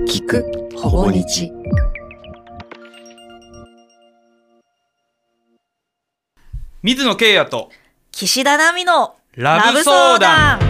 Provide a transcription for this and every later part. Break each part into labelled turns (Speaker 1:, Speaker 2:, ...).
Speaker 1: 聞くほぼ日。
Speaker 2: 水野圭也と
Speaker 3: 岸田奈美の
Speaker 2: ラブ相談。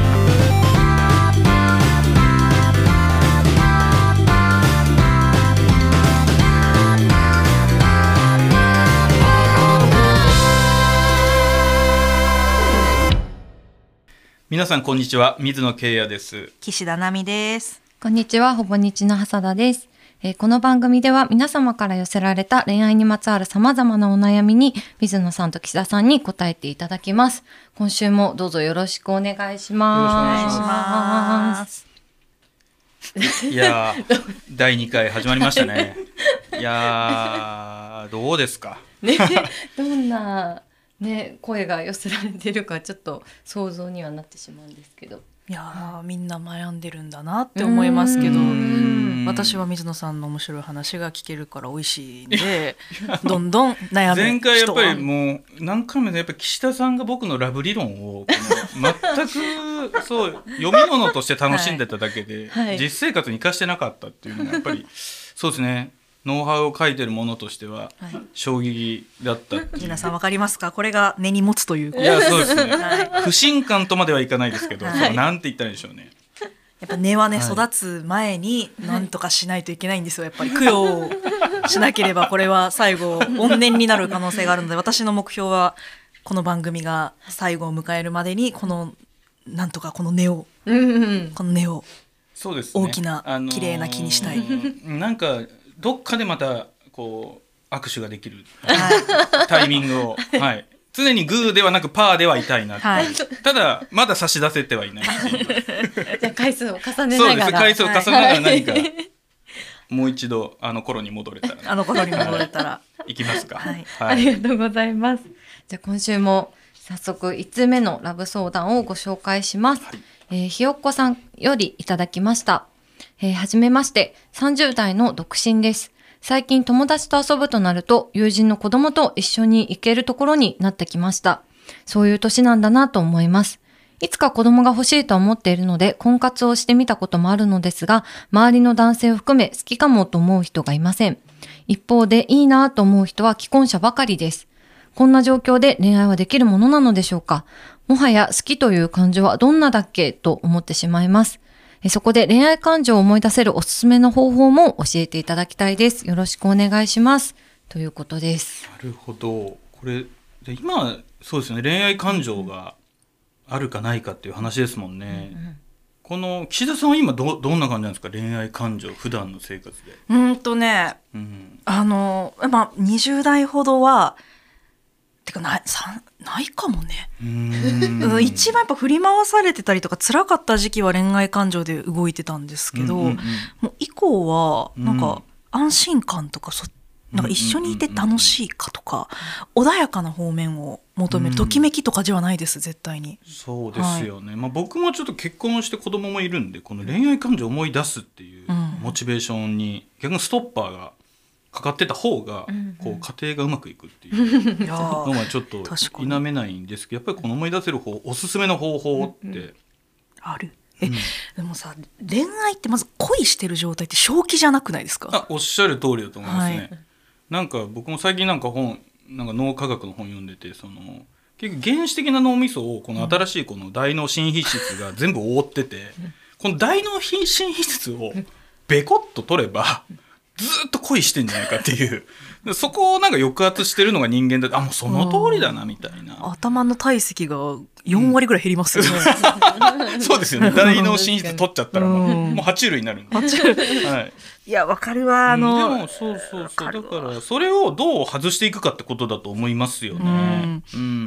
Speaker 2: 皆さんこんにちは、水野圭也です。
Speaker 3: 岸田奈美です。
Speaker 4: こんにちは、ほぼ日の浅田です。この番組では皆様から寄せられた恋愛にまつわる様々なお悩みに水野さんと岸田さんに答えていただきます。今週もどうぞよろしくお願いします。
Speaker 2: いやー第2回始まりましたね。いやーどうですか
Speaker 4: ね、どんな、ね、声が寄せられてるかちょっと想像にはなってしまうんですけど、
Speaker 3: いやみんな悩んでるんだなって思いますけど、私は水野さんの面白い話が聞けるから美味しいんでどんどん悩む人は。
Speaker 2: 前回やっぱりもう何回もね、やっぱり岸田さんが僕のラブ理論を全くそう読み物として楽しんでただけで、
Speaker 4: はい、
Speaker 2: 実生活に生かしてなかったっていうのがやっぱりそうですね、ノウハウを書いてるものとしては衝撃だったっていう。
Speaker 3: 皆さんわかりますか？これが根に持つという。
Speaker 2: いやそうですね、
Speaker 3: はい、
Speaker 2: 不信感とまではいかないですけど、
Speaker 3: はい、
Speaker 2: なんて言ったらいいんでしょうね。
Speaker 3: やっぱ根はね、
Speaker 2: はい、
Speaker 3: 育つ前に何とかしないといけないんですよ。やっぱり供養しなければこれは最後怨念になる可能性があるので、私の目標はこの番組が最後を迎えるまでにこのなんとかこの根を、この根を
Speaker 2: そうですね、
Speaker 3: 大きな綺麗な木にしたい。
Speaker 2: なんかどっかでまたこう握手ができる、はい、タイミングを、はい、常にグーではなくパーではいたいなって、はい、ただまだ差し出せてはいないっていう
Speaker 4: じゃあ回数を重ねながら、
Speaker 2: そうです、回数を重ねながら何か、はい、もう一度あの頃に戻れたら、
Speaker 3: あの頃に戻れたら
Speaker 2: いきますか、
Speaker 3: はい
Speaker 4: はい、ありがとうございます。じゃあ今週も早速5つ目のラブ相談をご紹介します。はい、ひよっこさんよりいただきました。はじめまして、30代の独身です。最近友達と遊ぶとなると友人の子供と一緒に行けるところになってきました。そういう年なんだなと思います。いつか子供が欲しいと思っているので婚活をしてみたこともあるのですが、周りの男性を含め好きかもと思う人がいません。一方でいいなと思う人は既婚者ばかりです。こんな状況で恋愛はできるものなのでしょうか。もはや好きという感情はどんなだっけと思ってしまいます。そこで恋愛感情を思い出せるおすすめの方法も教えていただきたいです。よろしくお願いします。ということです。
Speaker 2: なるほど。これで今そうですね、恋愛感情があるかないかっていう話ですもんね。この岸田さんは今どんな感じなんですか、恋愛感情普段の生活で。
Speaker 3: ね、20代ほどはてかないかもね。一番やっぱ振り回されてたりとか辛かった時期は恋愛感情で動いてたんですけど、もう以降はなんか安心感とかなんか一緒にいて楽しいかとか、穏やかな方面を求める、ときめきとかではないです、絶対に。
Speaker 2: そうですよね、はい、僕もちょっと結婚して子供もいるんで、この恋愛感情を思い出すっていうモチベーションに逆にストッパーがかかってた方がこう家庭がうまくいくっていうのはちょっと否めないんですけど、やっぱりこの思い出せるおすすめの方法って
Speaker 3: ある。でもさ、恋愛ってまず恋してる状態って正気じゃなくないですか？
Speaker 2: おっしゃる通りだと思いますね、
Speaker 3: はい、
Speaker 2: なんか僕も最近なんか脳科学の本読んでて、結局原始的な脳みそをこの新しいこの大脳新皮質が全部覆ってて、この大脳新皮質をベコッと取ればずっと恋してんじゃないかっていうそこをなんか抑圧してるのが人間だって、もうその通りだなみたいな。
Speaker 3: 頭の体積が4割ぐらい減りますよね、
Speaker 2: そうですよね、大脳新皮質取っちゃったらもう爬虫類になるんで、はい、
Speaker 3: いやわかるわ。
Speaker 2: でもそうだからそれをどう外していくかってことだと思いますよね。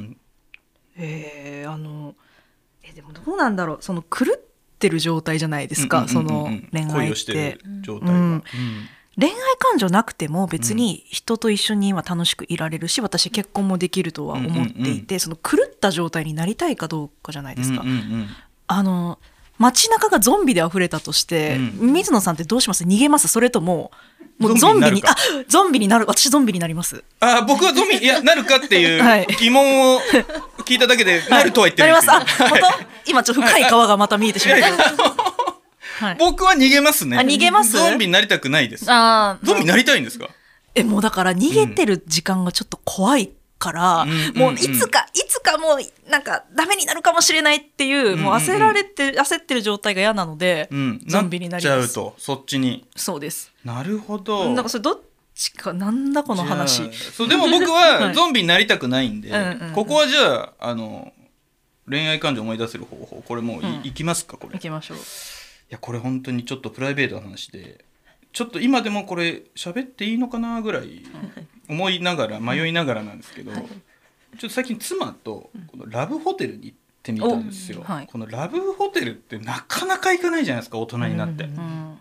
Speaker 3: でもどうなんだろう、その狂ってる状態じゃないですか、その恋愛って
Speaker 2: 恋をしてる状態は、
Speaker 3: 恋愛感情なくても別に人と一緒に今楽しくいられるし、私結婚もできるとは思っていて、その狂った状態になりたいかどうかじゃないですか。街中がゾンビで溢れたとして、水野さんってどうします？逃げます？それともうゾンビになる。私ゾンビになります。
Speaker 2: 僕はゾンビなるかっていう疑問を聞いただけでなるとは言ってるんですよ。
Speaker 3: なります。今ちょっと深い川がまた見えてしまった。 はい
Speaker 2: 僕は逃げますね。
Speaker 3: あ逃げます？
Speaker 2: ゾンビになりたくないです。
Speaker 3: あ
Speaker 2: ゾンビになりたいんですか？
Speaker 3: もうだから逃げてる時間がちょっと怖いから、もういつかもうなんかダメになるかもしれないっていう、もう焦ってる状態が嫌なので、ゾンビになります。
Speaker 2: なっちゃうとそっちに。
Speaker 3: そうです。
Speaker 2: なるほど。
Speaker 3: なんかそれどっちかなんだこの話。
Speaker 2: そうでも僕はゾンビになりたくないんで、ここはじゃあ恋愛感情を思い出せる方法、これもういきますか？これ
Speaker 3: いきましょう。い
Speaker 2: やこれ本当にちょっとプライベートな話で、ちょっと今でもこれ喋っていいのかなぐらい思いながら迷いながらなんですけど、ちょっと最近妻とこのラブホテルに行ってみたんですよ。このラブホテルってなかなか行かないじゃないですか、大人になって。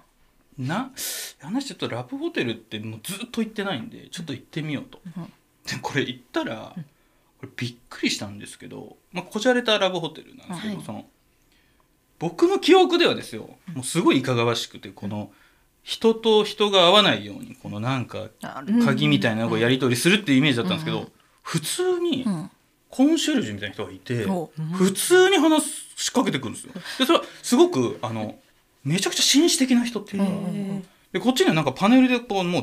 Speaker 2: 話ちょっとラブホテルってもうずっと行ってないんでちょっと行ってみようと。でこれ行ったらこれびっくりしたんですけど、こじゃれたラブホテルなんですけど、その僕の記憶ではですよ、もうすごいいかがわしくて、この人と人が合わないようにこのなんか鍵みたいなのをやり取りするっていうイメージだったんですけど、普通にコンシェルジュみたいな人がいて、普通に話しかけてくるんですよ。でそれはすごくめちゃくちゃ紳士的な人っていうか、でこっちにはなんかパネルでこうもう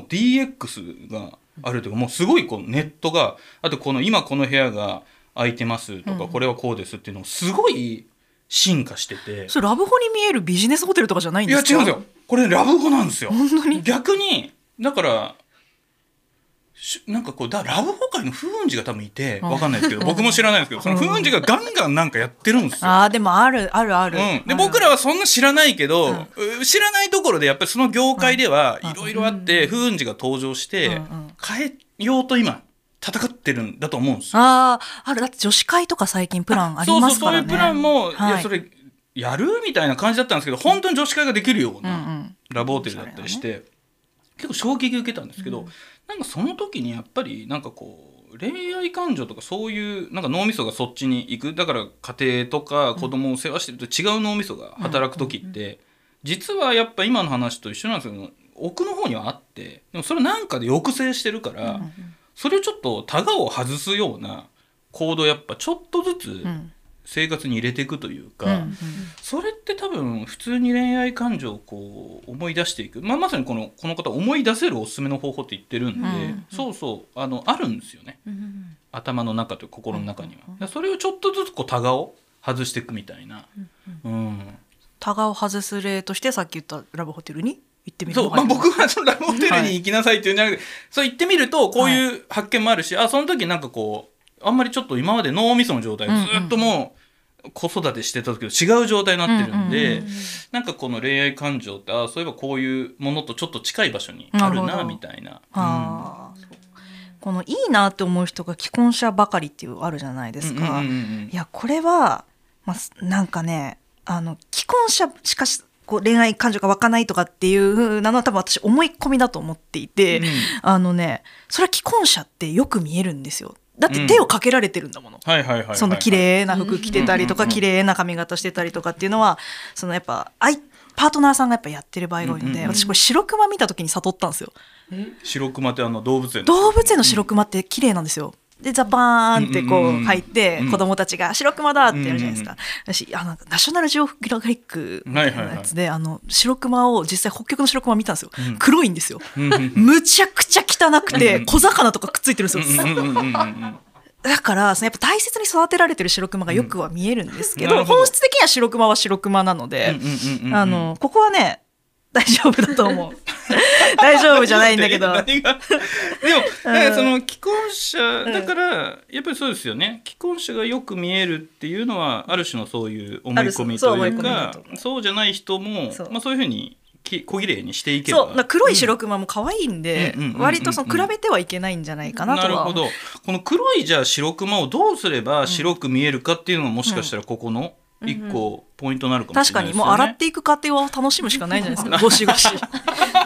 Speaker 2: DX があるというか、もうすごいこうネットがあと、この今この部屋が空いてますとか、これはこうですっていうのをすごい進化してて。
Speaker 3: それラブホに見えるビジネスホテルとかじゃないんですか？
Speaker 2: いや違うんですよ、これラブホなんですよ。
Speaker 3: 本当に
Speaker 2: 逆にだからなんかこうラブホ界の風雲児が多分いて分かんないですけど、僕も知らないですけど、その風雲児がガンガンなんかやってるんですよ。
Speaker 3: でもある、
Speaker 2: で僕らはそんな知らないけど、知らないところでやっぱりその業界ではいろいろあって、風雲児が登場して変えようと今戦ってるんだと思うんですよ。
Speaker 3: だって女子会とか最近プランありますからね。
Speaker 2: そういうプランも、いやそれやるみたいな感じだったんですけど、本当に女子会ができるようなラブホテルだったりして、結構衝撃受けたんですけど、なんかその時にやっぱりなんかこう恋愛感情とかそういうなんか脳みそがそっちに行く。だから家庭とか子供を世話してると違う脳みそが働く時って、実はやっぱ今の話と一緒なんですけど、奥の方にはあって、でもそれなんかで抑制してるから、それをちょっとタガを外すような行動をやっぱちょっとずつ生活に入れていくというか、それって多分普通に恋愛感情をこう思い出していく、まさにこの方思い出せるおすすめの方法って言ってるんで、あるんですよね、頭の中と心の中には。それをちょっとずつこうタガを外していくみたいな、
Speaker 3: タガを外す例としてさっき言ったラブホテルに行ってみるのがいい。
Speaker 2: 僕はそのラブホテルに行きなさいっていうんじゃなくて、そう行ってみるとこういう発見もあるし、その時なんかこうあんまりちょっと今まで脳みその状態ずっともう子育てしてた時と違う状態になってるんで、なんかこの恋愛感情ってそういえばこういうものとちょっと近い場所にあるなみたいな。
Speaker 3: このいいなって思う人が既婚者ばかりっていうあるじゃないですか。いやこれは、なんかね既婚者しかしこう恋愛感情が湧かないとかっていうのは多分私思い込みだと思っていて、それは既婚者ってよく見えるんですよ。だって手をかけられてるんだもの。その綺麗な服着てたりとか綺麗な髪型してたりとかっていうのは、そのやっぱパートナーさんがやっぱやってる場合が多いので、私これ白熊見た時に悟ったんですよ。
Speaker 2: 白熊って動物園
Speaker 3: の白熊って綺麗なんですよ。でザバーンってこう入って、子供たちが白熊だってやるじゃないですか。私ナショナルジオグラフィックのやつで白熊を実際北極の白熊見たんですよ。黒いんですよ。むちゃくちゃ汚くて小魚とかくっついてるんですよ。だからやっぱ大切に育てられてる白熊がよくは見えるんですけど、本質的には白熊は白熊なので、ここはね大丈夫だと思う。大丈夫じゃないんだけど。でも
Speaker 2: その既婚者だからやっぱりそうですよね。既婚者がよく見えるっていうのはある種のそういう思い込みというか、そうじゃない人もそういうふうに小綺麗にしていけば。
Speaker 3: 黒い白熊も可愛いんで、割と比べてはいけないんじゃないかなとは。
Speaker 2: なるほど。この黒いじゃあ白熊をどうすれば白く見えるかっていうのがもしかしたらここの一個ポイントになるかもしれないですよね。
Speaker 3: 確かにもう洗っていく過程を楽しむしかないじゃないですか。ゴシゴシ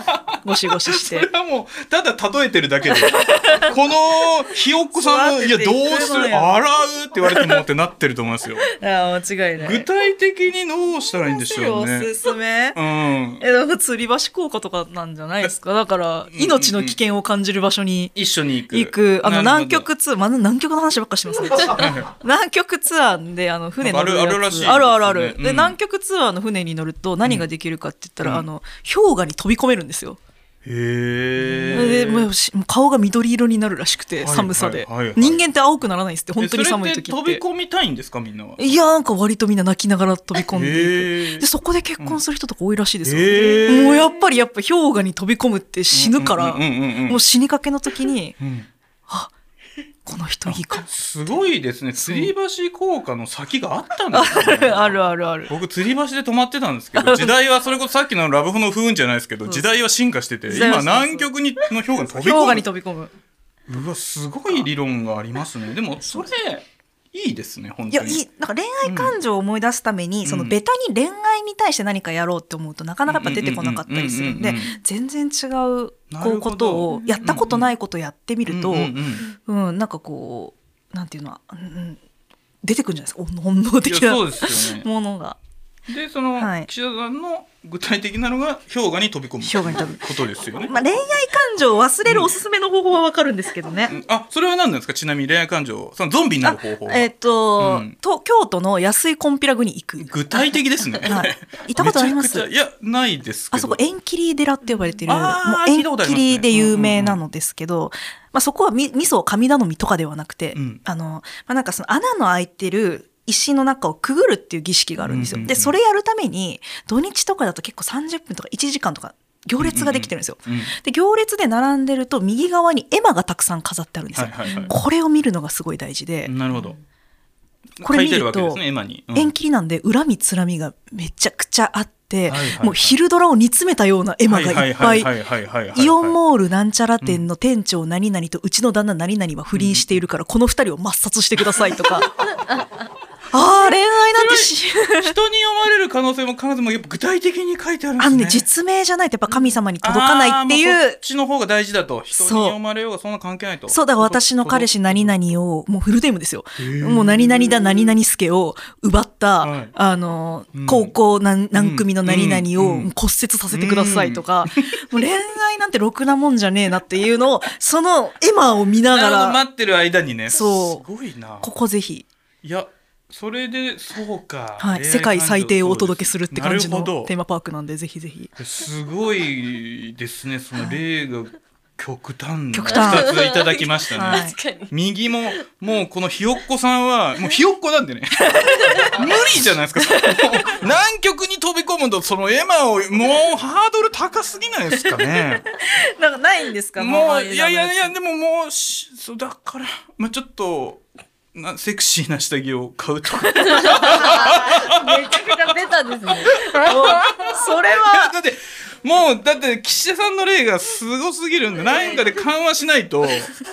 Speaker 3: ゴシゴシし
Speaker 2: そ
Speaker 3: て
Speaker 2: れはもうただ例えてるだけでこのひよっこさんもいやどうする洗うって言われてもってなってると思いますよ。
Speaker 3: 間違いない
Speaker 2: 具体的にどうしたらいいんでしょう
Speaker 3: お
Speaker 2: ね。
Speaker 3: すすめ
Speaker 2: うん、
Speaker 3: でも吊り橋効果とかなんじゃないですか。だから命の危険を感じる場所に
Speaker 2: 一緒に行く
Speaker 3: 行く
Speaker 2: なるほど
Speaker 3: 南極ツアー、南極の話ばっかしてますね南極ツアーで船乗るやつ
Speaker 2: あるらしいですね
Speaker 3: あるあるある、
Speaker 2: うん
Speaker 3: で南極ツアーの船に乗ると何ができるかって言ったら、氷河に飛び込めるんですよ。
Speaker 2: へ
Speaker 3: でもう顔が緑色になるらしくて、
Speaker 2: はい
Speaker 3: 寒さで、
Speaker 2: はいはいはい
Speaker 3: 人間って青くならないんですって本当に寒い時って。
Speaker 2: それって飛び込みたいんですかみんなは。
Speaker 3: いやなんか割とみんな泣きながら飛び込んでい
Speaker 2: へー
Speaker 3: く。でそこで結婚する人とか多いらしいですよ、
Speaker 2: へー
Speaker 3: もうやっぱり氷河に飛び込むって死ぬから、
Speaker 2: うんうんうんうん
Speaker 3: もう死にかけの時に
Speaker 2: うん
Speaker 3: この人いいかも
Speaker 2: すごいですね。吊り橋効果の先があったんですね。
Speaker 3: あるあるある。
Speaker 2: 僕吊り橋で止まってたんですけど、時代はそれこそさっきのラブホの不運じゃないですけど、時代は進化してて、今南極の氷河に飛び込む。
Speaker 3: 氷河に飛び込む。
Speaker 2: うわすごい理論がありますね。でもそれいいですね本当に。
Speaker 3: いやいいなんか恋愛感情を思い出すために、そのベタに恋愛に対して何かやろうって思うとなかなかやっぱ出てこなかったりするんで、全然違うこうことをやったことないことをやってみると、なんかこうなんていうのは、出てくるんじゃないですか本能的な
Speaker 2: そうですよね
Speaker 3: ものが。
Speaker 2: でその、
Speaker 3: はい
Speaker 2: 岸田さんの具体的なのが氷河に飛び込む
Speaker 3: 氷河に飛ぶ
Speaker 2: ことですよね。
Speaker 3: まあ、恋愛感情を忘れるおすすめの方法はわかるんですけどね。
Speaker 2: あそれは何なんですか。ちなみに恋愛感情そのゾンビになる方法は。
Speaker 3: 京都の安いコンピラ具に行く。
Speaker 2: 具体的ですね。
Speaker 3: はい、行ったことあります？
Speaker 2: めちゃくちゃいやないですけど。
Speaker 3: あそこ縁切り寺って呼ばれてる、もう
Speaker 2: 聞いたことありますね
Speaker 3: 縁切りで有名なのですけど、まあ、そこは味噌神頼みとかではなくて、なんかその穴の開いてる石の中をくぐるっていう儀式があるんですよ。でそれやるために土日とかだと結構30分とか1時間とか行列ができてるんですよ。で行列で並んでると右側に絵馬がたくさん飾ってあるんですよ。これを見るのがすごい大事で。
Speaker 2: なるほど。
Speaker 3: これ見ると縁切りなんで恨みつらみがめちゃくちゃあって、もう昼ドラを煮詰めたような絵馬がいっぱい、イオンモールなんちゃら店の店長何々とうちの旦那何々は不倫しているからこの2人を抹殺してくださいとか恋愛なんて
Speaker 2: 人に読まれる可能性も必ずもやっぱ具体的に書いてあるんですね。
Speaker 3: 実名じゃないとやっぱ神様に届かないっていう、
Speaker 2: そっちの方が大事だと。人に読まれようがそんな関係ないと。
Speaker 3: そうだから私の彼氏何々をもうフルネームですよ。もう何々だ何々助を奪った、高校何組の何々を骨折させてくださいとか、もう恋愛なんてろくなもんじゃねえなっていうのをそのエマを見ながら
Speaker 2: 待ってる間にね。
Speaker 3: そう
Speaker 2: すごいな。
Speaker 3: ここぜひ。
Speaker 2: いやそれでそうか、
Speaker 3: 世界最低をお届けするって感じのテーマパークなんでぜひぜひ。
Speaker 2: すごいですね。その例が極端な2ついただきましたね。右ももうこのひよっこさんはもうひよっこなんでね無理じゃないですか。南極に飛び込むとそのエマをもうハードル高すぎないですかね。
Speaker 3: なんかないんですか。
Speaker 2: もういやでももうそうだからちょっとセクシーな下着を買うとかめちゃくち
Speaker 4: ゃベタですね。
Speaker 3: それは
Speaker 2: だって岸田さんの例がすごすぎるんで何かで緩和しないと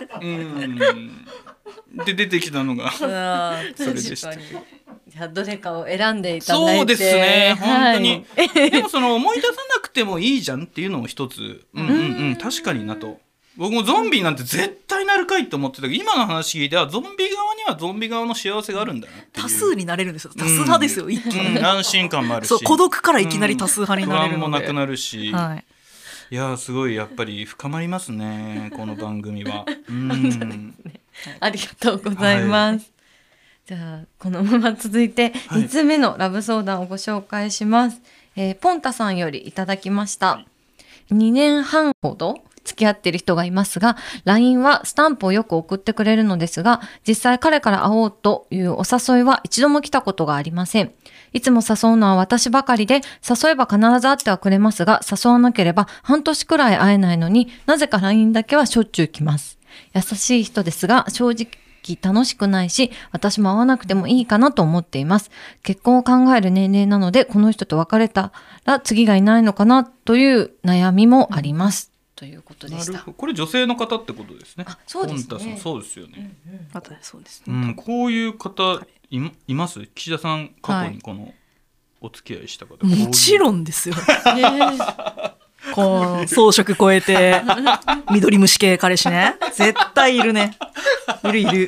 Speaker 2: で出てきたのがそれでした。
Speaker 4: じゃあどれかを選んでいただいて。
Speaker 2: そうですね本当に、でもその思い出さなくてもいいじゃんっていうのも一つ確かになと。僕もゾンビなんて絶対なるかいと思ってたけど今の話聞いてゾンビ側にはゾンビ側の幸せがあるんだなっていう。
Speaker 3: 多数になれるんですよ。多数派ですよ、一気に、
Speaker 2: 安心感もあるし
Speaker 3: そう孤独からいきなり多数派になれるので、
Speaker 2: 不安もなくなるし、いやすごいやっぱり深まりますねこの番組は。
Speaker 4: ありがとうございます、じゃあこのまま続いて2つ目のラブ相談をご紹介します、ポンタさんよりいただきました、2年半ほど付き合ってる人がいますが LINE はスタンプをよく送ってくれるのですが実際彼から会おうというお誘いは一度も来たことがありません。いつも誘うのは私ばかりで誘えば必ず会ってはくれますが誘わなければ半年くらい会えないのになぜか LINE だけはしょっちゅう来ます。優しい人ですが正直楽しくないし私も会わなくてもいいかなと思っています。結婚を考える年齢なのでこの人と別れたら次がいないのかなという悩みもあります、ということでした。
Speaker 2: これ女性の方ってことですね。
Speaker 4: そうですね。
Speaker 2: ポンタさんそうですよね。
Speaker 3: そうですね。
Speaker 2: こういう方います？岸田さん過去にこのお付き合いした方。
Speaker 3: もちろんですよ。 こう装飾超えて緑虫系彼氏ね、絶対いるね。いるいる。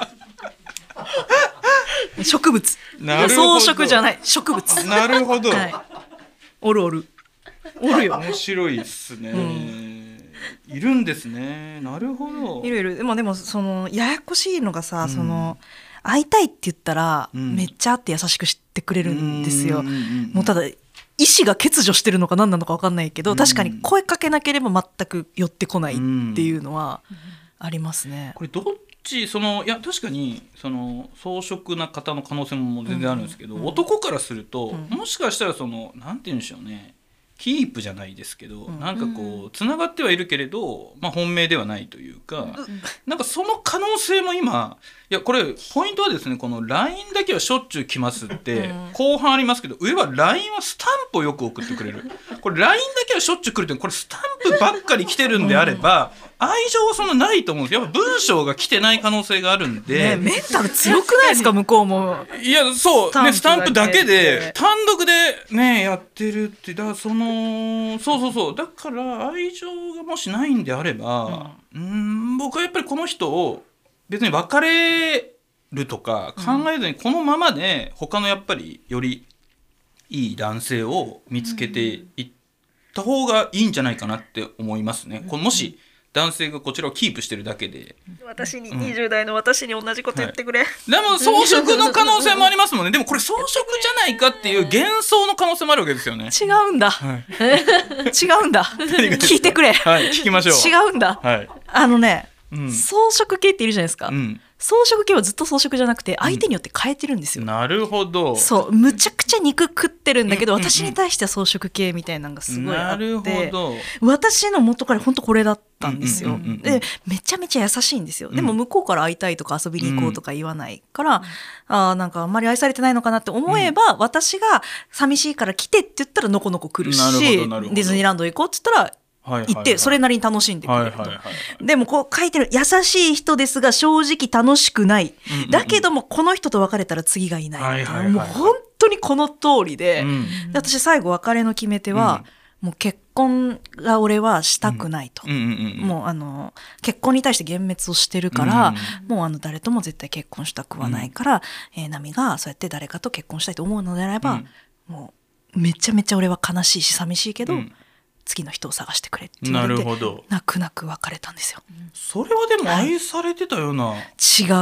Speaker 3: 植物。
Speaker 2: なるほど
Speaker 3: 装飾じゃない、植物。
Speaker 2: なるほど、
Speaker 3: はい、おるおるよ。
Speaker 2: 面白いっすね、いるんですね。なるほど。
Speaker 3: いるいる。でもそのややこしいのがさ、その会いたいって言ったら、めっちゃ会って優しくしてくれるんですよ。もうただ意思が欠如してるのか何なのか分かんないけど、確かに声かけなければ全く寄ってこないっていうのはありますね。
Speaker 2: これどっち、そのいや確かにその装飾な方の可能性も全然あるんですけど、男からすると、もしかしたらそのなんて言うんでしょうね、キープじゃないですけど、なんかこうつながってはいるけれど、まあ、本命ではないというか、なんかその可能性も今、いやこれポイントはですね、この LINE だけはしょっちゅう来ますって後半ありますけど、上は LINE はスタンプをよく送ってくれる。これ LINE だけはしょっちゅう来るって、これスタンプばっかり来てるんであれば愛情はそんなないと思うんですよ。やっぱ文章が来てない可能性があるんで、
Speaker 3: メンタル強くないですか、向こうも。
Speaker 2: いやそうね、スタンプだけで
Speaker 3: ス
Speaker 2: 単独でねやってるって、だからそのそうだから愛情がもしないんであれば、僕はやっぱりこの人を別に別れるとか考えずにこのままで他のやっぱりよりいい男性を見つけていった方がいいんじゃないかなって思いますね。このもし男性がこちらをキープしてるだけで、
Speaker 3: 私に、20代の私に同じこと言ってくれ、
Speaker 2: でも装飾の可能性もありますもんね。でもこれ装飾じゃないかっていう幻想の可能性もあるわけですよね。
Speaker 3: 違うんだ、違うんだ聞いてくれ、
Speaker 2: 聞きましょう。
Speaker 3: 違うんだ、装飾系っているじゃないですか、装飾系はずっと装飾じゃなくて相手によって変えてるんですよ、
Speaker 2: なるほど。
Speaker 3: そう、むちゃくちゃ肉食ってるんだけど、私に対しては装飾系みたいなのがすごいあって、
Speaker 2: なるほど。
Speaker 3: 私の元から本当これだったんですよ、でめちゃめちゃ優しいんですよ。でも向こうから会いたいとか遊びに行こうとか言わないから、なんかあんまり愛されてないのかなって思えば、私が寂しいから来てって言ったらのこのこ来るし、ディズニーランド行こうって言ったら行ってそれなりに楽しんでくれると。でもこう書いてる、優しい人ですが正直楽しくない、だけどもこの人と別れたら次がいない、もう本当にこの通りで、私最後別れの決め手は、もう結婚が俺はしたくないと、もう結婚に対して幻滅をしてるから、もう誰とも絶対結婚したくはないから、ナミがそうやって誰かと結婚したいと思うのであれば、もうめちゃめちゃ俺は悲しいし寂しいけど、次の人を探してくれって言われて、泣く泣く別れたんですよ。
Speaker 2: それはでも愛されてたような、
Speaker 3: 違う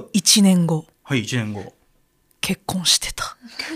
Speaker 3: 1年後、
Speaker 2: 1年後
Speaker 3: 結婚してた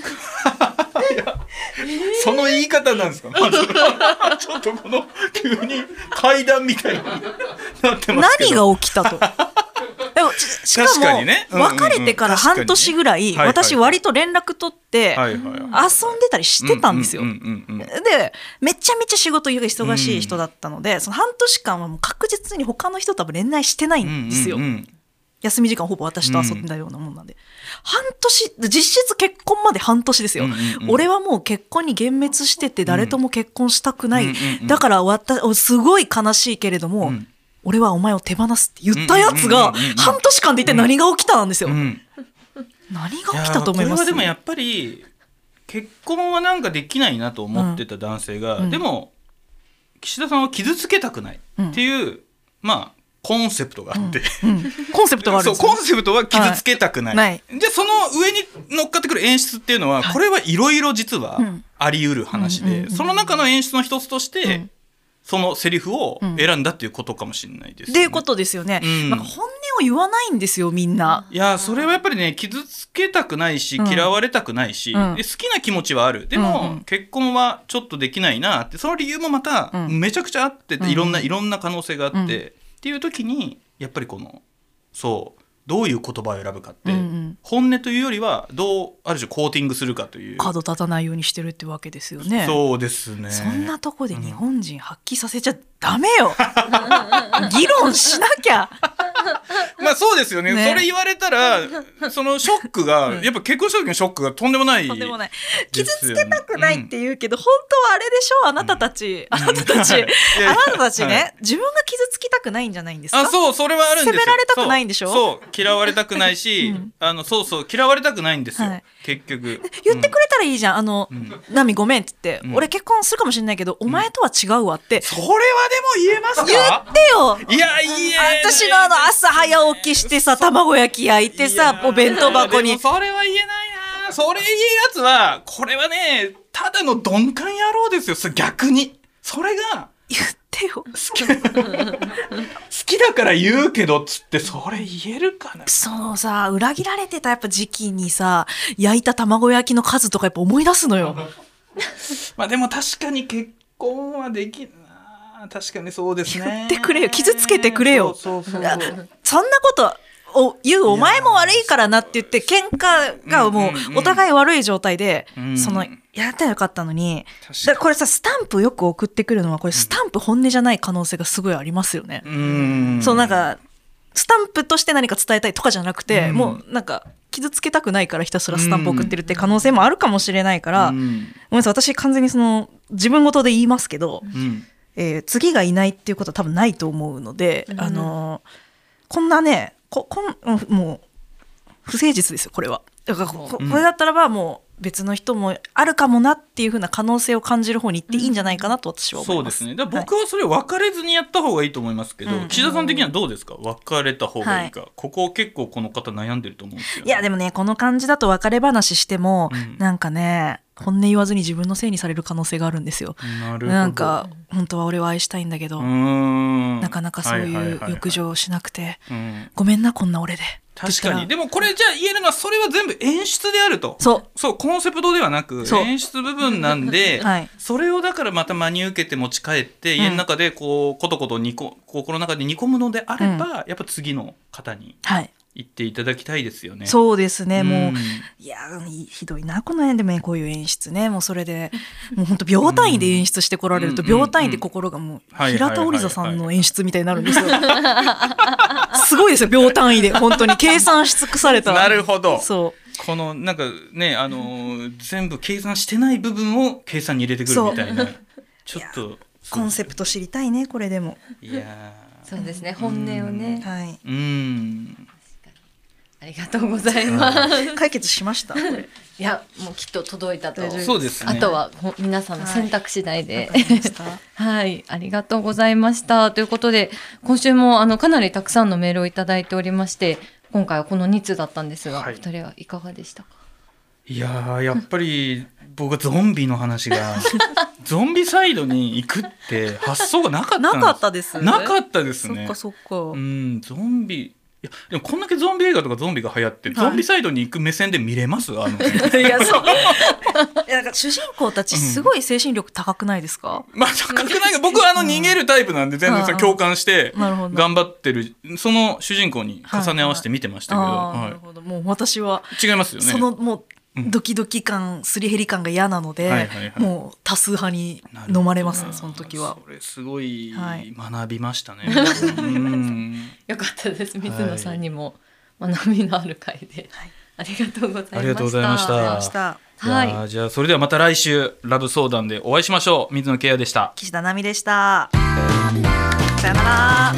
Speaker 2: その言い方なんですか、ちょっとこの急に怪談みたいになってますけど、
Speaker 3: 何が起きたとでもしかも別れてから半年ぐらい私割と連絡取って遊んでたりしてたんですよ。でめちゃめちゃ仕事忙しい人だったので、その半年間はもう確実に他の人とは恋愛してないんですよ。休み時間ほぼ私と遊んだようなもんなんで、半年、実質結婚まで半年ですよ、俺はもう結婚に幻滅してて誰とも結婚したくない、だからすごい悲しいけれども、俺はお前を手放すって言ったやつが半年間で一体何が起きたなんですよ、何が起きたと思います？
Speaker 2: これはでもやっぱり結婚はなんかできないなと思ってた男性が、でも岸田さんは傷つけたくないっていう、まあコンセプトがあって、
Speaker 3: コンセプトがあるんですよ。
Speaker 2: コンセプトは傷つけたくない、でその上に乗っかってくる演出っていうのは、これはいろいろ実はあり得る話で、その中の演出の一つとして、そのセリフを選んだっていうことかもしれないですね。
Speaker 3: っていうことですよね、なんか本音を言わないんですよみんな。
Speaker 2: いやそれはやっぱりね、傷つけたくないし、嫌われたくないし、で好きな気持ちはある、でも、結婚はちょっとできないなって、その理由もまためちゃくちゃあって、いろんな可能性があって、っていう時にやっぱりこのどういう言葉を選ぶかって、本音というよりはどうある種コーティングするかという、
Speaker 3: 角立たないようにしてるってわけですよね。
Speaker 2: そうですね。
Speaker 3: そんなとこで日本人発揮させちゃダメよ、議論しなきゃ
Speaker 2: まあそうですよね。
Speaker 3: ね
Speaker 2: それ言われたらそのショックがやっぱ結婚した時のショックがとんでもない
Speaker 3: とんでもない。傷
Speaker 2: ですよね
Speaker 3: つけたくないって言うけど、本当はあれでしょ、あなたたち、あなたたち、
Speaker 2: いやいや
Speaker 3: あなたたちね、
Speaker 2: はい
Speaker 3: 自分が傷つきたくないんじゃないんですか。
Speaker 2: そうそれはあるんですよ。
Speaker 3: 責められたくないんでしょ。
Speaker 2: そう嫌われたくないし、そう嫌われたくないんですよ、
Speaker 3: はい
Speaker 2: 結局
Speaker 3: 言ってくれたらいいじゃん。ナミごめんって言って、
Speaker 2: うん
Speaker 3: 俺結婚するかもしれないけど、お前とは違うわって
Speaker 2: それはでも言えますか。
Speaker 3: 言ってよ。
Speaker 2: いやいい
Speaker 3: 私の朝早起きしてさ、卵焼き焼いてさ、お弁当箱に
Speaker 2: でもそれは言えないな。それ言うやつはこれはねただの鈍感野郎ですよ。それ逆にそれが
Speaker 3: 言ってよ。
Speaker 2: 好きだから言うけどっつってそれ言えるかな。
Speaker 3: そのさ、裏切られてたやっぱ時期にさ、焼いた卵焼きの数とかやっぱ思い出すのよ。
Speaker 2: まあでも確かに結婚はできるな。確かにそうですね。
Speaker 3: 言ってくれよ、傷つけてくれよ。
Speaker 2: そう
Speaker 3: そんなことを言うお前も悪いからなって言って喧嘩がもうお互い悪い状態で、そのやったらよかったのに、だからこれさ、スタンプよく送ってくるのはこれスタンプ本音じゃない可能性がすごいありますよね。そうなんかスタンプとして何か伝えたいとかじゃなくて、もうなんか傷つけたくないからひたすらスタンプ送ってるって可能性もあるかもしれないから、ごめんなさい、私完全にその自分事で言いますけど、次がいないっていうことは多分ないと思うので、こんなねもう不誠実ですよこれは。だからこれだったらばもう別の人もあるかもなっていう風な可能性を感じる方に行っていいんじゃないかなと私は思います。
Speaker 2: そうですね。だから僕はそれ別れずにやった方がいいと思いますけど、岸田さん的にはどうですか。別れた方がいいか、ここ結構この方悩んでると思うんですよね。
Speaker 3: いやでもね、この感じだと別れ話しても、なんかね本音言わずに自分のせいにされる可能性があるんですよ。
Speaker 2: なるほど。
Speaker 3: なんか本当は俺は愛したいんだけど、なかなかそういう欲情をしなくて、ごめんなこんな俺で。
Speaker 2: 確かに。でもこれじゃあ言えるのはそれは全部演出であると。そうコンセプトではなく演出部分なんで、それをだからまた真に受けて持ち帰って家の中でこうコトコト心の中で煮込むのであれば、やっぱ次の方に言っていただきたいですよね。
Speaker 3: そうですね。もういやひどいなこの辺でもこういう演出ね。もうそれでもう本当秒単位で演出してこられると秒単位で心がもう平田織座さんの演出みたいになるんですよ。すごいですよ秒単位で本当に計算し尽くされた。
Speaker 2: なるほど。
Speaker 3: そう
Speaker 2: このなんかね全部計算してない部分を計算に入れてくるみたいな。ちょっと
Speaker 3: コンセプト知りたいねこれでも。
Speaker 2: いや
Speaker 4: そうですね、本音をね。
Speaker 3: はい。
Speaker 4: ありがとうございます。
Speaker 3: 解決しました。い
Speaker 4: やもうきっと届いたと。
Speaker 2: そうですね。
Speaker 4: あとは皆さんの選択次第で。はい、ありがとうございました。ということで今週もかなりたくさんのメールをいただいておりまして、今回はこの2通だったんですが、お二人はいかがでしたか。
Speaker 2: いややっぱり僕はゾンビの話がゾンビサイドに行くって発想がなかったです。なかったですね。
Speaker 3: そっか。
Speaker 2: ゾンビ。いやでもこんだけゾンビ映画とかゾンビが流行って、ゾンビサイドに行く目線で見れます？いや
Speaker 3: そうなんか主人公たちすごい精神力高くないですか？
Speaker 2: まあ高くないが僕は逃げるタイプなんで全然共感して頑張ってるその主人公に重ね合わせて見てましたけど、
Speaker 3: なるほど。もう私は
Speaker 2: 違いますよね。
Speaker 3: そのもうドキドキ感すり減り感が嫌なので、もう多数派に飲まれますねその時は。
Speaker 2: それすごい学びましたね。
Speaker 4: よかったです。水野さんにも学びのある回で、ありがとうございました。
Speaker 2: ありがとうございました。
Speaker 4: はい。
Speaker 2: じゃあそれではまた来週ラブ相談でお会いしましょう。水野ケアでした。
Speaker 3: 岸田奈美でした。さよなら。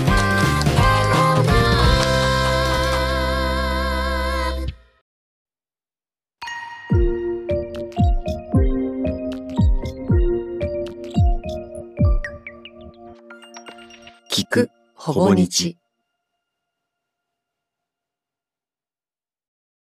Speaker 1: 聞くほぼ日。